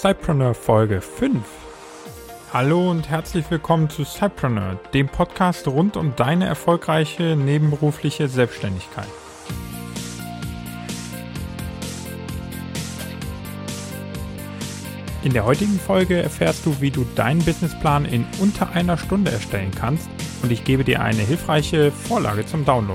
Cypreneur Folge 5. Hallo und herzlich willkommen zu Cypreneur, dem Podcast rund um deine erfolgreiche nebenberufliche Selbstständigkeit. In der heutigen Folge erfährst du, wie du deinen Businessplan in unter einer Stunde erstellen kannst, und ich gebe dir eine hilfreiche Vorlage zum Download.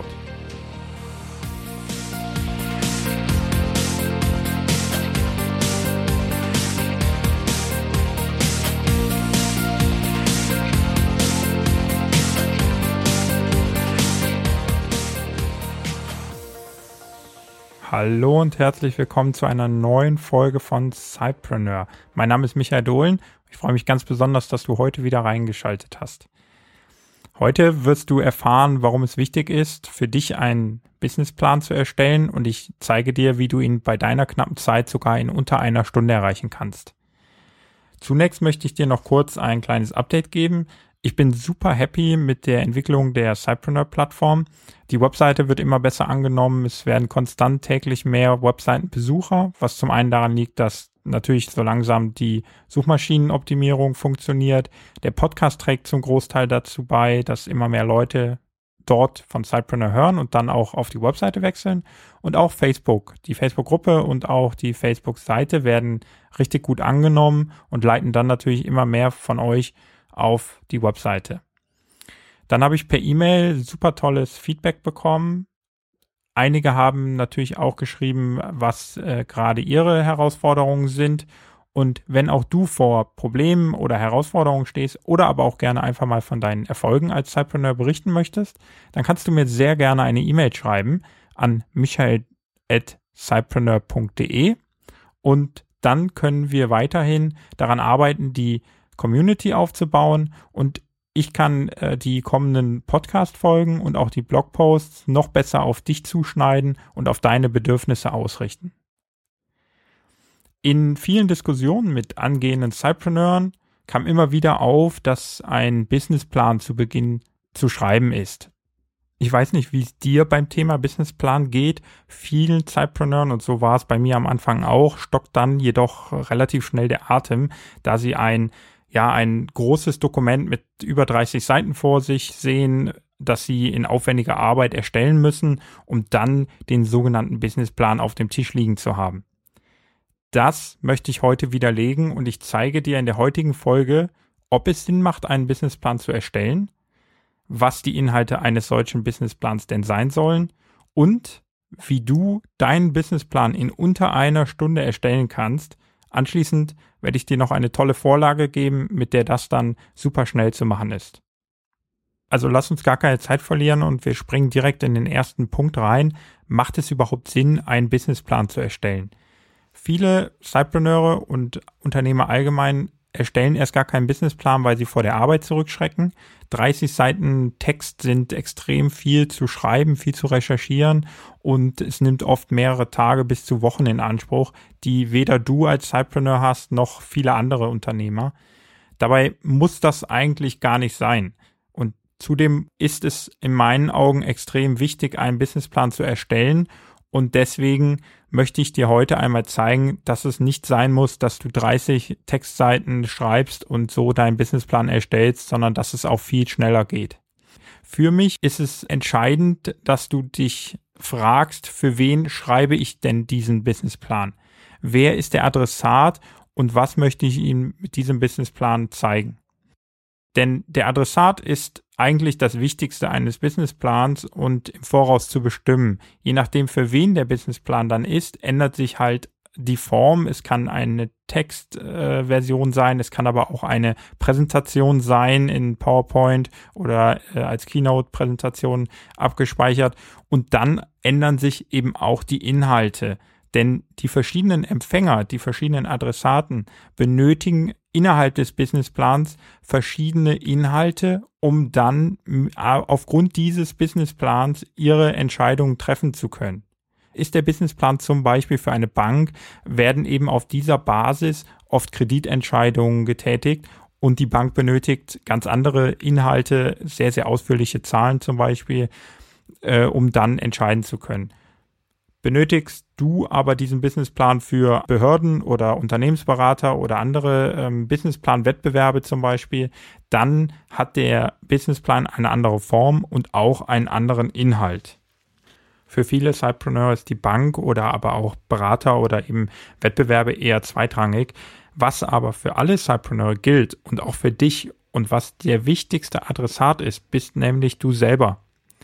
Hallo und herzlich willkommen zu einer neuen Folge von Cypreneur. Mein Name ist Michael Dohlen. Ich freue mich ganz besonders, dass du heute wieder reingeschaltet hast. Heute wirst du erfahren, warum es wichtig ist, für dich einen Businessplan zu erstellen, und ich zeige dir, wie du ihn bei deiner knappen Zeit sogar in unter einer Stunde erreichen kannst. Zunächst möchte ich dir noch kurz ein kleines Update geben. Ich bin super happy mit der Entwicklung der Cypreneur-Plattform. Die Webseite wird immer besser angenommen. Es werden konstant täglich mehr Webseitenbesucher, was zum einen daran liegt, dass natürlich so langsam die Suchmaschinenoptimierung funktioniert. Der Podcast trägt zum Großteil dazu bei, dass immer mehr Leute dort von Cypreneur hören und dann auch auf die Webseite wechseln. Und auch Facebook, die Facebook-Gruppe und auch die Facebook-Seite werden richtig gut angenommen und leiten dann natürlich immer mehr von euch auf die Webseite. Dann habe ich per E-Mail super tolles Feedback bekommen. Einige haben natürlich auch geschrieben, was gerade ihre Herausforderungen sind. Und wenn auch du vor Problemen oder Herausforderungen stehst oder aber auch gerne einfach mal von deinen Erfolgen als Cypreneur berichten möchtest, dann kannst du mir sehr gerne eine E-Mail schreiben an michael@cypreneur.de, und dann können wir weiterhin daran arbeiten, die Community aufzubauen, und ich kann die kommenden Podcast-Folgen und auch die Blogposts noch besser auf dich zuschneiden und auf deine Bedürfnisse ausrichten. In vielen Diskussionen mit angehenden Cypreneuren kam immer wieder auf, dass ein Businessplan zu Beginn zu schreiben ist. Ich weiß nicht, wie es dir beim Thema Businessplan geht. Vielen Cypreneuren, und so war es bei mir am Anfang auch, stockt dann jedoch relativ schnell der Atem, da sie ein großes Dokument mit über 30 Seiten vor sich sehen, das sie in aufwendiger Arbeit erstellen müssen, um dann den sogenannten Businessplan auf dem Tisch liegen zu haben. Das möchte ich heute widerlegen, und ich zeige dir in der heutigen Folge, ob es Sinn macht, einen Businessplan zu erstellen, was die Inhalte eines solchen Businessplans denn sein sollen und wie du deinen Businessplan in unter einer Stunde erstellen kannst. Anschließend werde ich dir noch eine tolle Vorlage geben, mit der das dann super schnell zu machen ist. Also lass uns gar keine Zeit verlieren und wir springen direkt in den ersten Punkt rein. Macht es überhaupt Sinn, einen Businessplan zu erstellen? Viele Cypreneure und Unternehmer allgemein erstellen erst gar keinen Businessplan, weil sie vor der Arbeit zurückschrecken. 30 Seiten Text sind extrem viel zu schreiben, viel zu recherchieren, und es nimmt oft mehrere Tage bis zu Wochen in Anspruch, die weder du als Cypreneur hast, noch viele andere Unternehmer. Dabei muss das eigentlich gar nicht sein. Und zudem ist es in meinen Augen extrem wichtig, einen Businessplan zu erstellen. Und deswegen möchte ich dir heute einmal zeigen, dass es nicht sein muss, dass du 30 Textseiten schreibst und so deinen Businessplan erstellst, sondern dass es auch viel schneller geht. Für mich ist es entscheidend, dass du dich fragst, für wen schreibe ich denn diesen Businessplan? Wer ist der Adressat und was möchte ich ihm mit diesem Businessplan zeigen? Denn der Adressat ist eigentlich das Wichtigste eines Businessplans und im Voraus zu bestimmen. Je nachdem, für wen der Businessplan dann ist, ändert sich halt die Form. Es kann eine Textversion sein, es kann aber auch eine Präsentation sein in PowerPoint oder als Keynote-Präsentation abgespeichert. Und dann ändern sich eben auch die Inhalte. Denn die verschiedenen Empfänger, die verschiedenen Adressaten benötigen innerhalb des Businessplans verschiedene Inhalte, um dann aufgrund dieses Businessplans ihre Entscheidungen treffen zu können. Ist der Businessplan zum Beispiel für eine Bank, werden eben auf dieser Basis oft Kreditentscheidungen getätigt, und die Bank benötigt ganz andere Inhalte, sehr, sehr ausführliche Zahlen zum Beispiel, um dann entscheiden zu können. Benötigst du aber diesen Businessplan für Behörden oder Unternehmensberater oder andere Businessplan-Wettbewerbe zum Beispiel, dann hat der Businessplan eine andere Form und auch einen anderen Inhalt. Für viele Sidepreneur ist die Bank oder aber auch Berater oder eben Wettbewerbe eher zweitrangig. Was aber für alle Sidepreneur gilt und auch für dich und was der wichtigste Adressat ist, bist nämlich du selber.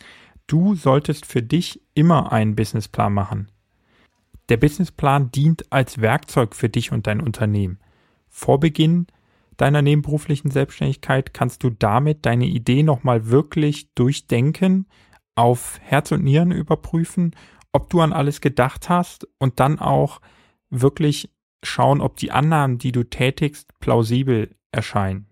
Du solltest für dich immer einen Businessplan machen. Der Businessplan dient als Werkzeug für dich und dein Unternehmen. Vor Beginn deiner nebenberuflichen Selbstständigkeit kannst du damit deine Idee nochmal wirklich durchdenken, auf Herz und Nieren überprüfen, ob du an alles gedacht hast und dann auch wirklich schauen, ob die Annahmen, die du tätigst, plausibel erscheinen.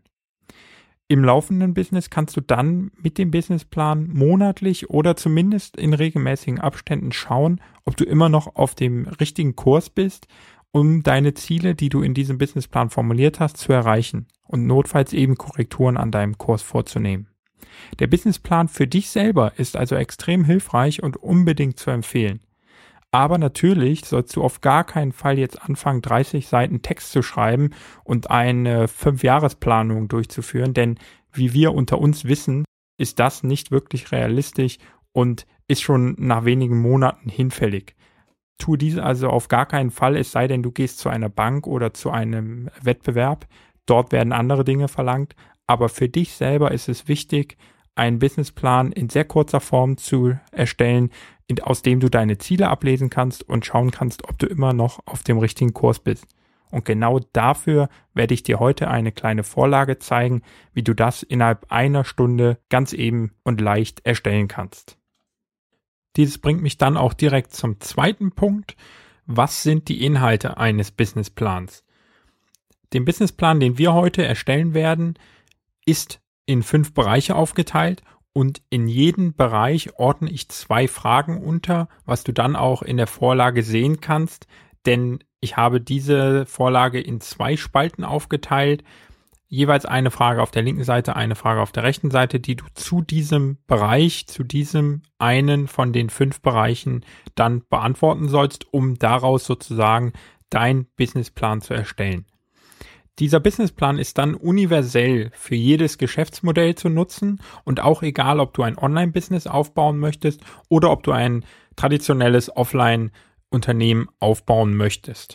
Im laufenden Business kannst du dann mit dem Businessplan monatlich oder zumindest in regelmäßigen Abständen schauen, ob du immer noch auf dem richtigen Kurs bist, um deine Ziele, die du in diesem Businessplan formuliert hast, zu erreichen und notfalls eben Korrekturen an deinem Kurs vorzunehmen. Der Businessplan für dich selber ist also extrem hilfreich und unbedingt zu empfehlen. Aber natürlich sollst du auf gar keinen Fall jetzt anfangen, 30 Seiten Text zu schreiben und eine 5-Jahresplanung durchzuführen, denn wie wir unter uns wissen, ist das nicht wirklich realistisch und ist schon nach wenigen Monaten hinfällig. Tu dies also auf gar keinen Fall, es sei denn, du gehst zu einer Bank oder zu einem Wettbewerb. Dort werden andere Dinge verlangt, aber für dich selber ist es wichtig, einen Businessplan in sehr kurzer Form zu erstellen, aus dem du deine Ziele ablesen kannst und schauen kannst, ob du immer noch auf dem richtigen Kurs bist. Und genau dafür werde ich dir heute eine kleine Vorlage zeigen, wie du das innerhalb einer Stunde ganz eben und leicht erstellen kannst. Dieses bringt mich dann auch direkt zum zweiten Punkt. Was sind die Inhalte eines Businessplans? Den Businessplan, den wir heute erstellen werden, ist in 5 Bereiche aufgeteilt und in jeden Bereich ordne ich 2 Fragen unter, was du dann auch in der Vorlage sehen kannst, denn ich habe diese Vorlage in 2 Spalten aufgeteilt, jeweils eine Frage auf der linken Seite, eine Frage auf der rechten Seite, die du zu diesem Bereich, zu diesem einen von den 5 Bereichen dann beantworten sollst, um daraus sozusagen dein Businessplan zu erstellen. Dieser Businessplan ist dann universell für jedes Geschäftsmodell zu nutzen und auch egal, ob du ein Online-Business aufbauen möchtest oder ob du ein traditionelles Offline-Unternehmen aufbauen möchtest.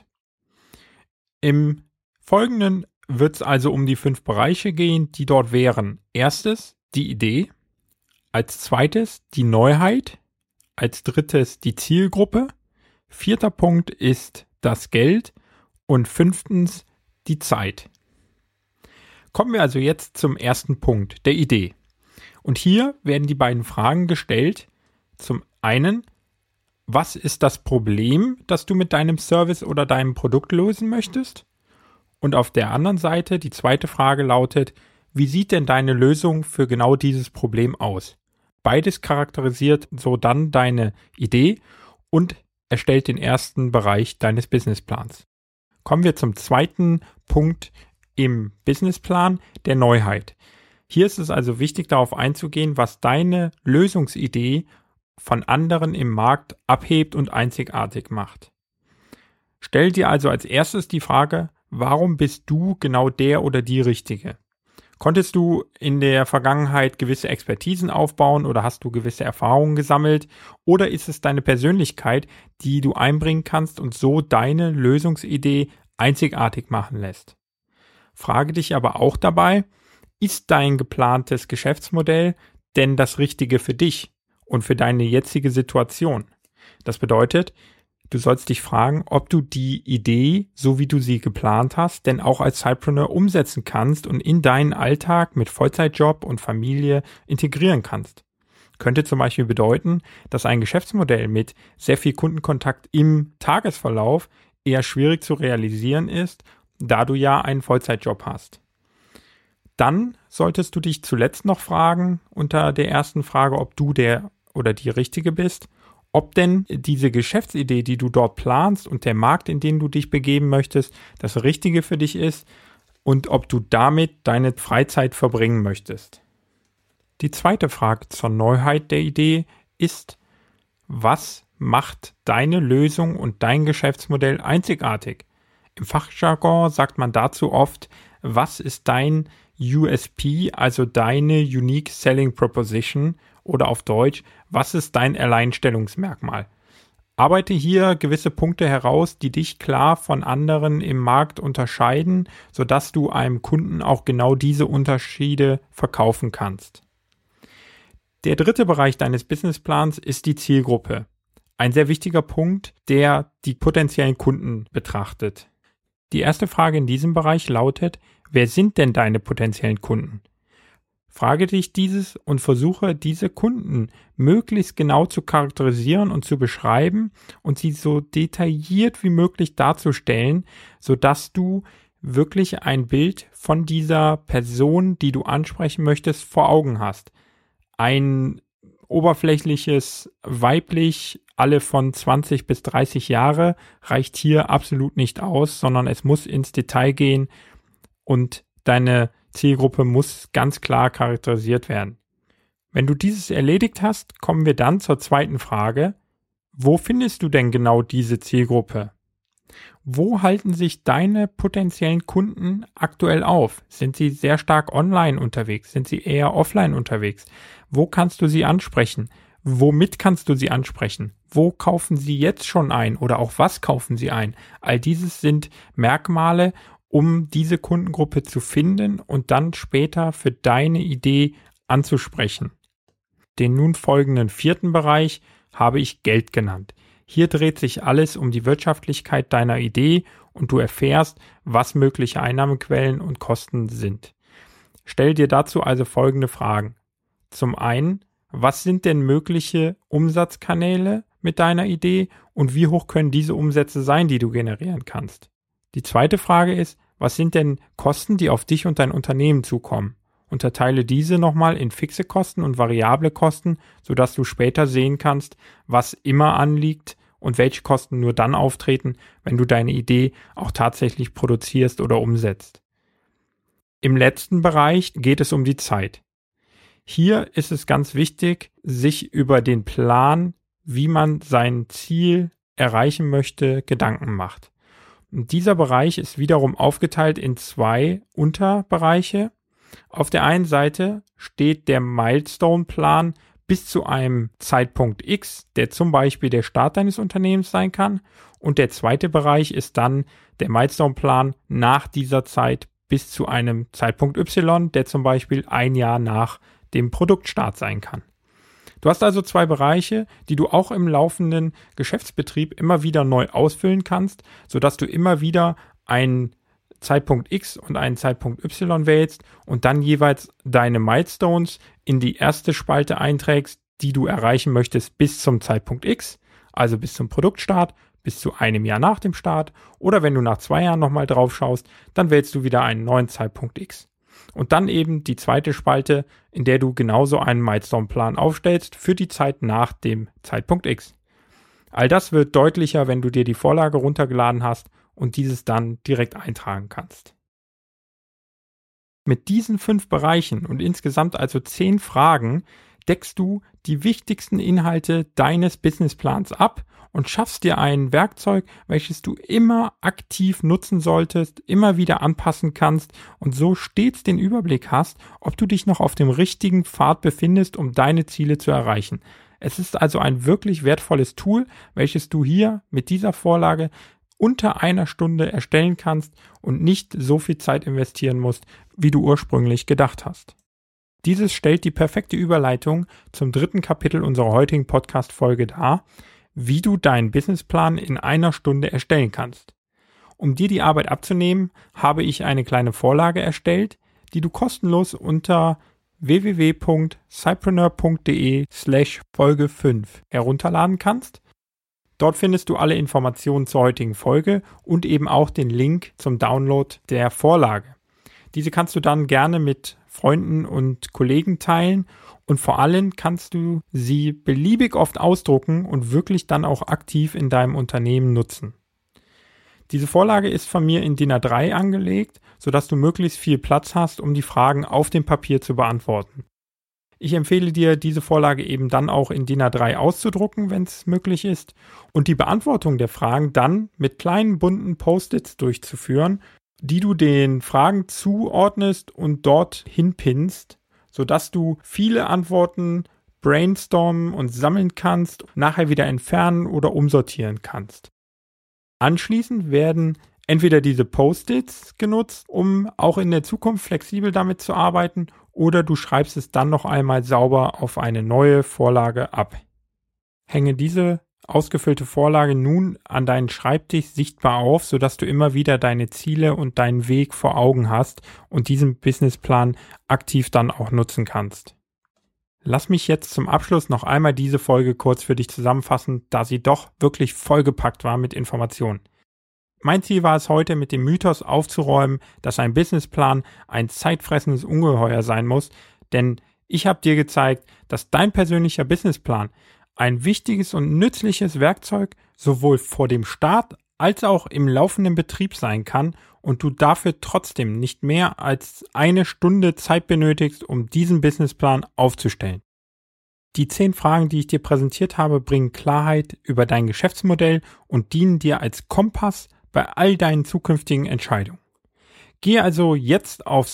Im Folgenden wird es also um die 5 Bereiche gehen, die dort wären. Erstes die Idee, als zweites die Neuheit, als drittes die Zielgruppe, 4. Punkt ist das Geld und 5. die Zeit. Kommen wir also jetzt zum ersten Punkt, der Idee. Und hier werden die beiden Fragen gestellt. Zum einen, was ist das Problem, das du mit deinem Service oder deinem Produkt lösen möchtest? Und auf der anderen Seite, die zweite Frage lautet, wie sieht denn deine Lösung für genau dieses Problem aus? Beides charakterisiert so dann deine Idee und erstellt den ersten Bereich deines Businessplans. Kommen wir zum zweiten Punkt im Businessplan, der Neuheit. Hier ist es also wichtig, darauf einzugehen, was deine Lösungsidee von anderen im Markt abhebt und einzigartig macht. Stell dir also als erstes die Frage, warum bist du genau der oder die Richtige? Konntest du in der Vergangenheit gewisse Expertisen aufbauen oder hast du gewisse Erfahrungen gesammelt? Oder ist es deine Persönlichkeit, die du einbringen kannst und so deine Lösungsidee einzigartig machen lässt? Frage dich aber auch dabei, ist dein geplantes Geschäftsmodell denn das Richtige für dich und für deine jetzige Situation? Das bedeutet, du sollst dich fragen, ob du die Idee, so wie du sie geplant hast, denn auch als Sidepreneur umsetzen kannst und in deinen Alltag mit Vollzeitjob und Familie integrieren kannst. Könnte zum Beispiel bedeuten, dass ein Geschäftsmodell mit sehr viel Kundenkontakt im Tagesverlauf eher schwierig zu realisieren ist, da du ja einen Vollzeitjob hast. Dann solltest du dich zuletzt noch fragen, unter der ersten Frage, ob du der oder die Richtige bist, ob denn diese Geschäftsidee, die du dort planst und der Markt, in den du dich begeben möchtest, das Richtige für dich ist und ob du damit deine Freizeit verbringen möchtest. Die zweite Frage zur Neuheit der Idee ist, was macht deine Lösung und dein Geschäftsmodell einzigartig? Im Fachjargon sagt man dazu oft, was ist dein USP, also deine Unique Selling Proposition, oder auf Deutsch, was ist dein Alleinstellungsmerkmal? Arbeite hier gewisse Punkte heraus, die dich klar von anderen im Markt unterscheiden, sodass du einem Kunden auch genau diese Unterschiede verkaufen kannst. Der dritte Bereich deines Businessplans ist die Zielgruppe. Ein sehr wichtiger Punkt, der die potenziellen Kunden betrachtet. Die erste Frage in diesem Bereich lautet, wer sind denn deine potenziellen Kunden? Frage dich dieses und versuche, diese Kunden möglichst genau zu charakterisieren und zu beschreiben und sie so detailliert wie möglich darzustellen, sodass du wirklich ein Bild von dieser Person, die du ansprechen möchtest, vor Augen hast. Ein oberflächliches, weiblich, alle von 20 bis 30 Jahre reicht hier absolut nicht aus, sondern es muss ins Detail gehen und deine Zielgruppe muss ganz klar charakterisiert werden. Wenn du dieses erledigt hast, kommen wir dann zur zweiten Frage. Wo findest du denn genau diese Zielgruppe? Wo halten sich deine potenziellen Kunden aktuell auf? Sind sie sehr stark online unterwegs? Sind sie eher offline unterwegs? Wo kannst du sie ansprechen? Womit kannst du sie ansprechen? Wo kaufen sie jetzt schon ein oder auch was kaufen sie ein? All dieses sind Merkmale, um diese Kundengruppe zu finden und dann später für deine Idee anzusprechen. Den nun folgenden vierten Bereich habe ich Geld genannt. Hier dreht sich alles um die Wirtschaftlichkeit deiner Idee und du erfährst, was mögliche Einnahmequellen und Kosten sind. Stell dir dazu also folgende Fragen. Zum einen, was sind denn mögliche Umsatzkanäle mit deiner Idee und wie hoch können diese Umsätze sein, die du generieren kannst? Die zweite Frage ist, was sind denn Kosten, die auf dich und dein Unternehmen zukommen? Unterteile diese nochmal in fixe Kosten und variable Kosten, sodass du später sehen kannst, was immer anliegt und welche Kosten nur dann auftreten, wenn du deine Idee auch tatsächlich produzierst oder umsetzt. Im letzten Bereich geht es um die Zeit. Hier ist es ganz wichtig, sich über den Plan, wie man sein Ziel erreichen möchte, Gedanken macht. Und dieser Bereich ist wiederum aufgeteilt in zwei Unterbereiche. Auf der einen Seite steht der Milestone-Plan bis zu einem Zeitpunkt X, der zum Beispiel der Start deines Unternehmens sein kann. Und der zweite Bereich ist dann der Milestone-Plan nach dieser Zeit bis zu einem Zeitpunkt Y, der zum Beispiel ein Jahr nach dem Produktstart sein kann. Du hast also zwei Bereiche, die du auch im laufenden Geschäftsbetrieb immer wieder neu ausfüllen kannst, sodass du immer wieder einen Zeitpunkt X und einen Zeitpunkt Y wählst und dann jeweils deine Milestones in die erste Spalte einträgst, die du erreichen möchtest bis zum Zeitpunkt X, also bis zum Produktstart, bis zu einem Jahr nach dem Start, oder wenn du nach 2 Jahren nochmal drauf schaust, dann wählst du wieder einen neuen Zeitpunkt X. Und dann eben die zweite Spalte, in der du genauso einen Milestone-Plan aufstellst für die Zeit nach dem Zeitpunkt X. All das wird deutlicher, wenn du dir die Vorlage runtergeladen hast und dieses dann direkt eintragen kannst. Mit diesen 5 Bereichen und insgesamt also 10 Fragen deckst du die wichtigsten Inhalte deines Businessplans ab und schaffst dir ein Werkzeug, welches du immer aktiv nutzen solltest, immer wieder anpassen kannst und so stets den Überblick hast, ob du dich noch auf dem richtigen Pfad befindest, um deine Ziele zu erreichen. Es ist also ein wirklich wertvolles Tool, welches du hier mit dieser Vorlage unter 1 Stunde erstellen kannst und nicht so viel Zeit investieren musst, wie du ursprünglich gedacht hast. Dieses stellt die perfekte Überleitung zum 3. Kapitel unserer heutigen Podcast-Folge dar, wie du deinen Businessplan in 1 Stunde erstellen kannst. Um dir die Arbeit abzunehmen, habe ich eine kleine Vorlage erstellt, die du kostenlos unter www.cypreneur.de/Folge 5 herunterladen kannst. Dort findest du alle Informationen zur heutigen Folge und eben auch den Link zum Download der Vorlage. Diese kannst du dann gerne mit Freunden und Kollegen teilen und vor allem kannst du sie beliebig oft ausdrucken und wirklich dann auch aktiv in deinem Unternehmen nutzen. Diese Vorlage ist von mir in DIN A3 angelegt, sodass du möglichst viel Platz hast, um die Fragen auf dem Papier zu beantworten. Ich empfehle dir, diese Vorlage eben dann auch in DIN A3 auszudrucken, wenn es möglich ist, und die Beantwortung der Fragen dann mit kleinen bunten Post-its durchzuführen, die du den Fragen zuordnest und dort hinpinnst, sodass du viele Antworten brainstormen und sammeln kannst, nachher wieder entfernen oder umsortieren kannst. Anschließend werden entweder diese Post-its genutzt, um auch in der Zukunft flexibel damit zu arbeiten, oder du schreibst es dann noch einmal sauber auf eine neue Vorlage ab. Hänge diese ausgefüllte Vorlage nun an deinen Schreibtisch sichtbar auf, sodass du immer wieder deine Ziele und deinen Weg vor Augen hast und diesen Businessplan aktiv dann auch nutzen kannst. Lass mich jetzt zum Abschluss noch einmal diese Folge kurz für dich zusammenfassen, da sie doch wirklich vollgepackt war mit Informationen. Mein Ziel war es heute, mit dem Mythos aufzuräumen, dass ein Businessplan ein zeitfressendes Ungeheuer sein muss, denn ich habe dir gezeigt, dass dein persönlicher Businessplan ein wichtiges und nützliches Werkzeug sowohl vor dem Start als auch im laufenden Betrieb sein kann und du dafür trotzdem nicht mehr als 1 Stunde Zeit benötigst, um diesen Businessplan aufzustellen. Die 10 Fragen, die ich dir präsentiert habe, bringen Klarheit über dein Geschäftsmodell und dienen dir als Kompass bei all deinen zukünftigen Entscheidungen. Gehe also jetzt auf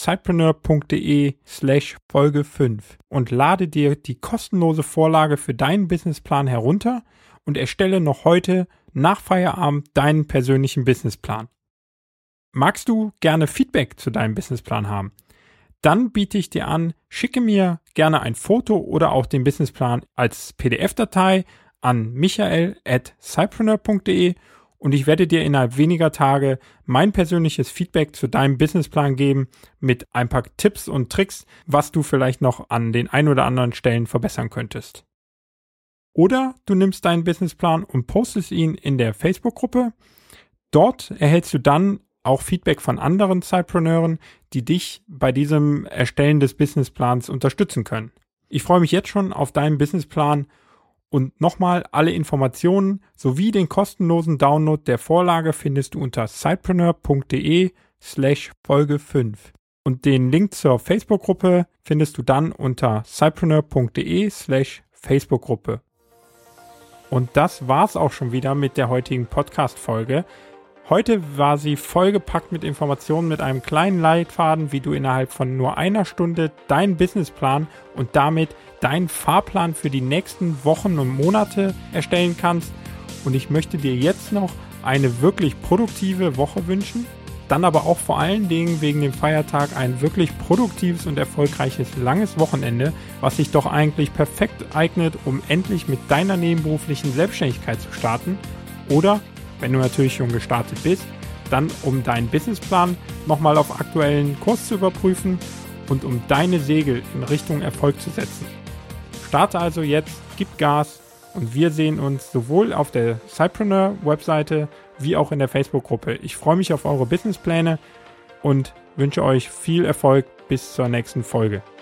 sidepreneur.de/Folge 5 und lade dir die kostenlose Vorlage für deinen Businessplan herunter und erstelle noch heute nach Feierabend deinen persönlichen Businessplan. Magst du gerne Feedback zu deinem Businessplan haben? Dann biete ich dir an, schicke mir gerne ein Foto oder auch den Businessplan als PDF-Datei an michael@sidepreneur.de und ich werde dir innerhalb weniger Tage mein persönliches Feedback zu deinem Businessplan geben mit ein paar Tipps und Tricks, was du vielleicht noch an den ein oder anderen Stellen verbessern könntest. Oder du nimmst deinen Businessplan und postest ihn in der Facebook-Gruppe. Dort erhältst du dann auch Feedback von anderen Sidepreneuren, die dich bei diesem Erstellen des Businessplans unterstützen können. Ich freue mich jetzt schon auf deinen Businessplan und nochmal, alle Informationen sowie den kostenlosen Download der Vorlage findest du unter sidepreneur.de/Folge 5. Und den Link zur Facebook-Gruppe findest du dann unter sidepreneur.de/Facebook-Gruppe. Und das war's auch schon wieder mit der heutigen Podcast-Folge. Heute war sie vollgepackt mit Informationen mit einem kleinen Leitfaden, wie du innerhalb von nur 1 Stunde deinen Businessplan und damit deinen Fahrplan für die nächsten Wochen und Monate erstellen kannst. Und ich möchte dir jetzt noch eine wirklich produktive Woche wünschen, dann aber auch vor allen Dingen wegen dem Feiertag ein wirklich produktives und erfolgreiches langes Wochenende, was sich doch eigentlich perfekt eignet, um endlich mit deiner nebenberuflichen Selbstständigkeit zu starten oder wenn du natürlich schon gestartet bist, dann um deinen Businessplan nochmal auf aktuellen Kurs zu überprüfen und um deine Segel in Richtung Erfolg zu setzen. Starte also jetzt, gib Gas und wir sehen uns sowohl auf der Sidepreneur-Webseite wie auch in der Facebook-Gruppe. Ich freue mich auf eure Businesspläne und wünsche euch viel Erfolg bis zur nächsten Folge.